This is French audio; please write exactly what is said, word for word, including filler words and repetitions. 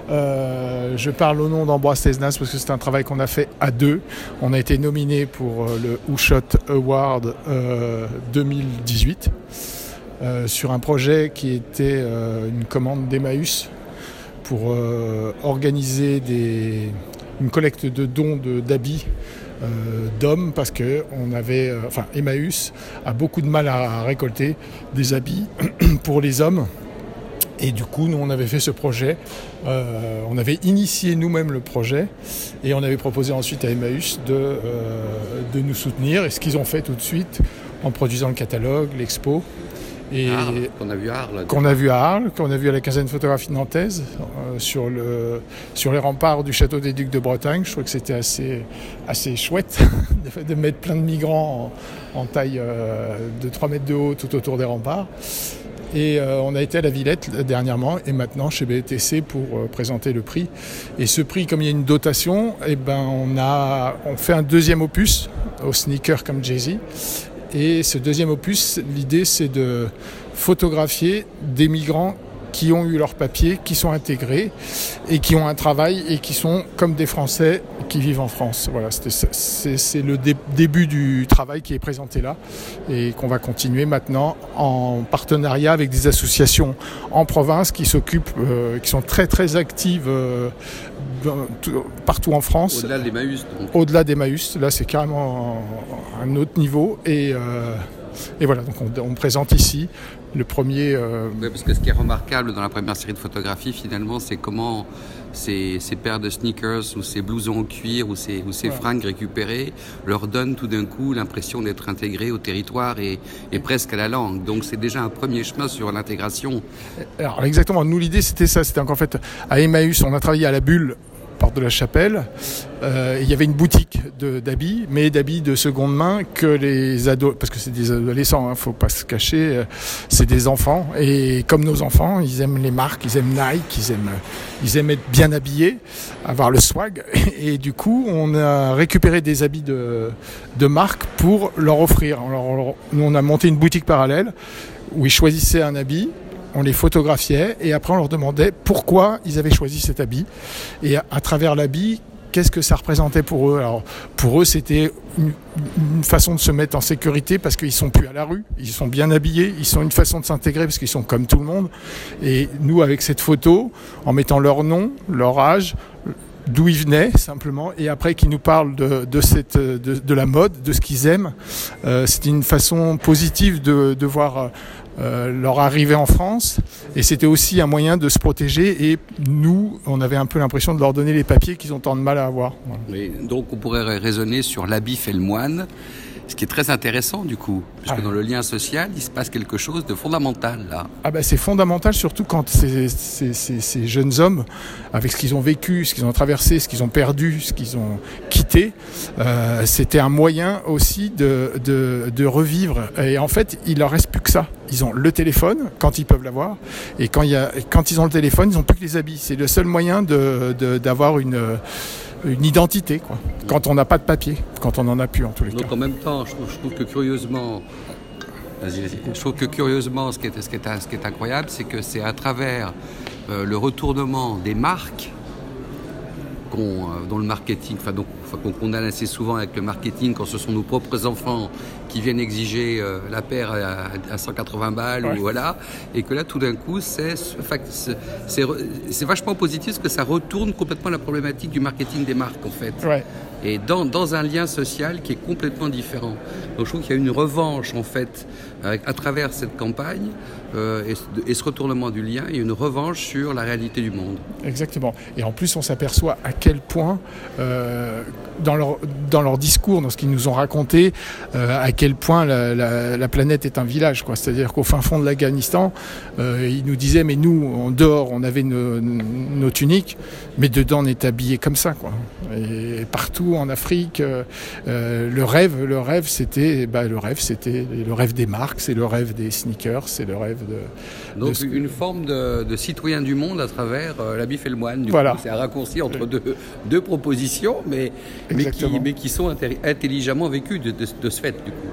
Euh, je parle au nom d'Ambroise Thesnas parce que c'est un travail qu'on a fait à deux. On a été nominé pour le Who Shot Award euh, deux mille dix-huit euh, sur un projet qui était euh, une commande d'Emmaüs pour euh, organiser des, une collecte de dons de, d'habits euh, d'hommes parce que on avait, euh, enfin, Emmaüs a beaucoup de mal à, à récolter des habits pour les hommes. Et du coup, nous, on avait fait ce projet. Euh, on avait initié nous-mêmes le projet et on avait proposé ensuite à Emmaüs de, euh, de nous soutenir. Et ce qu'ils ont fait tout de suite en produisant le catalogue, l'expo. Et Arles, qu'on a vu à Arles. Qu'on a vu à Arles, qu'on a vu à la quinzaine de photographie nantaise, euh, sur, le, sur les remparts du château des Ducs de Bretagne. Je trouve que c'était assez, assez chouette de, de mettre plein de migrants en, en taille euh, de trois mètres de haut tout autour des remparts. Et euh, on a été à la Villette dernièrement et maintenant chez B T C pour euh, présenter le prix. Et ce prix, comme il y a une dotation, eh ben, on, a, on fait un deuxième opus au sneaker comme Jay-Z. Et ce deuxième opus, l'idée, c'est de photographier des migrants qui ont eu leur papier, qui sont intégrés et qui ont un travail et qui sont comme des Français qui vivent en France. Voilà, c'est, c'est, c'est le dé- début du travail qui est présenté là et qu'on va continuer maintenant en partenariat avec des associations en province qui s'occupent, euh, qui sont très très actives euh, partout en France. Au-delà d'Emmaüs. Donc. Au-delà d'Emmaüs, là c'est carrément un autre niveau et euh, Et voilà, donc on, on présente ici le premier... Euh... Oui, parce que ce qui est remarquable dans la première série de photographies, finalement, c'est comment ces, ces paires de sneakers ou ces blousons en cuir ou ces, ou ces ouais. fringues récupérées leur donnent tout d'un coup l'impression d'être intégrés au territoire et, et presque à la langue. Donc c'est déjà un premier chemin sur l'intégration. Alors exactement, nous l'idée c'était ça, c'était qu'en fait à Emmaüs, on a travaillé à la Bulle, porte de la Chapelle. Euh, il y avait une boutique de, d'habits, mais d'habits de seconde main que les ados, parce que c'est des adolescents, hein, faut pas se cacher, euh, c'est des enfants et comme nos enfants, ils aiment les marques, ils aiment Nike, ils aiment, ils aiment être bien habillés, avoir le swag et, et du coup on a récupéré des habits de, de marque pour leur offrir. Alors, nous on a monté une boutique parallèle où ils choisissaient un habit. On les photographiait et après on leur demandait pourquoi ils avaient choisi cet habit et à, à travers l'habit, qu'est-ce que ça représentait pour eux. Alors pour eux c'était une, une façon de se mettre en sécurité parce qu'ils sont plus à la rue, ils sont bien habillés, ils sont une façon de s'intégrer parce qu'ils sont comme tout le monde et nous avec cette photo, en mettant leur nom, leur âge, d'où ils venaient simplement et après qu'ils nous parlent de, de, cette, de, de la mode, de ce qu'ils aiment, euh, c'était une façon positive de, de voir Euh, leur arrivée en France et c'était aussi un moyen de se protéger et nous on avait un peu l'impression de leur donner les papiers qu'ils ont tant de mal à avoir. Voilà. Oui, donc on pourrait raisonner sur l'habit fait le moine, ce qui est très intéressant du coup, puisque ah. dans le lien social il se passe quelque chose de fondamental là. Ah ben c'est fondamental surtout quand ces, ces, ces, ces jeunes hommes avec ce qu'ils ont vécu, ce qu'ils ont traversé, ce qu'ils ont perdu, ce qu'ils ont quitté, euh, c'était un moyen aussi de, de, de revivre et en fait il leur reste plus que ça. Ils ont le téléphone quand ils peuvent l'avoir et quand, il y a, quand ils ont le téléphone ils n'ont plus que les habits. C'est le seul moyen de, de, d'avoir une, une identité quoi. Quand on n'a pas de papier, quand on n'en a plus en tous les Donc, cas. Donc en même temps, je trouve, je trouve que curieusement, vas-y, vas-y. Je trouve que curieusement ce qui est, ce qui est, ce qui est incroyable, c'est que c'est à travers euh, le retournement des marques qu'on, euh, dont le marketing, enfin, donc, enfin, qu'on condamne assez souvent avec le marketing quand ce sont nos propres enfants qui viennent exiger euh, la paire à, à cent quatre-vingts balles ouais. ou voilà, et que là tout d'un coup c'est, c'est, c'est, c'est vachement positif parce que ça retourne complètement la problématique du marketing des marques en fait. Ouais. Et dans, dans un lien social qui est complètement différent. Donc je trouve qu'il y a une revanche en fait avec, à travers cette campagne euh, et, et ce retournement du lien, il y a une revanche sur la réalité du monde. Exactement. Et en plus on s'aperçoit à quel point euh, dans, leur, dans leur discours, dans ce qu'ils nous ont raconté, euh, à quel point la, la, la planète est un village, quoi. C'est-à-dire qu'au fin fond de l'Afghanistan, euh, ils nous disaient mais nous en dehors on avait nos, nos tuniques, mais dedans on est habillés comme ça, quoi. Et partout en Afrique, euh, euh, le rêve, le rêve, c'était, bah, le rêve, c'était le rêve des marques, c'est le rêve des sneakers, c'est le rêve de. Donc de ce... une forme de, de citoyen du monde à travers euh, l'habit fait le moine. Du voilà. coup, c'est un raccourci entre deux, deux propositions, mais mais qui, mais qui sont intelligemment vécues de, de, de ce fait. Du coup.